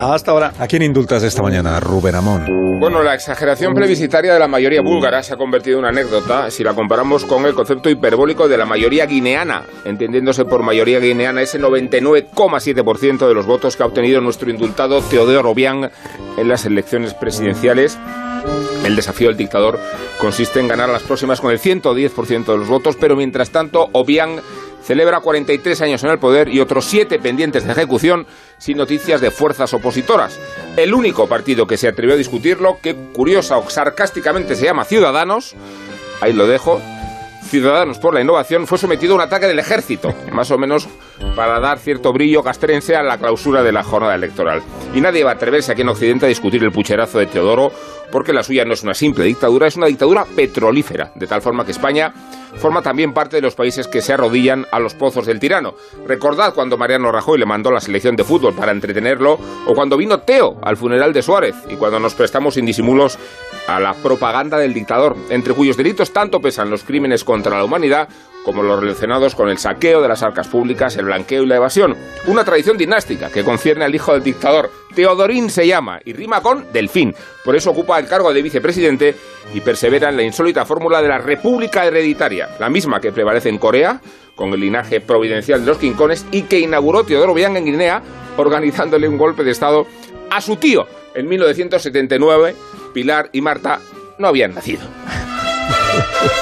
Hasta ahora. ¿A quién indultas esta mañana, Rubén Amón? Bueno, la exageración plebiscitaria de la mayoría búlgara se ha convertido en una anécdota si la comparamos con el concepto hiperbólico de la mayoría guineana, entendiéndose por mayoría guineana ese 99,7% de los votos que ha obtenido nuestro indultado Teodoro Obiang en las elecciones presidenciales. El desafío del dictador consiste en ganar las próximas con el 110% de los votos, pero mientras tanto Obiang celebra 43 años en el poder y otros 7 pendientes de ejecución sin noticias de fuerzas opositoras. El único partido que se atrevió a discutirlo, que curiosa o sarcásticamente se llama Ciudadanos, ahí lo dejo, Ciudadanos por la Innovación, fue sometido a un ataque del ejército, más o menos para dar cierto brillo castrense a la clausura de la jornada electoral. Y nadie va a atreverse aquí en Occidente a discutir el pucherazo de Teodoro, porque la suya no es una simple dictadura, es una dictadura petrolífera, de tal forma que España forma también parte de los países que se arrodillan a los pozos del tirano. Recordad cuando Mariano Rajoy le mandó la selección de fútbol para entretenerlo, o cuando vino Teo al funeral de Suárez, y cuando nos prestamos sin disimulos a la propaganda del dictador, entre cuyos delitos tanto pesan los crímenes contra la humanidad como los relacionados con el saqueo de las arcas públicas, el blanqueo y la evasión. Una tradición dinástica que concierne al hijo del dictador. Teodorín se llama y rima con delfín. Por eso ocupa el cargo de vicepresidente y persevera en la insólita fórmula de la república hereditaria, la misma que prevalece en Corea, con el linaje providencial de los quincones, y que inauguró Teodoro Obiang en Guinea, organizándole un golpe de estado a su tío. En 1979, Pilar y Marta no habían nacido.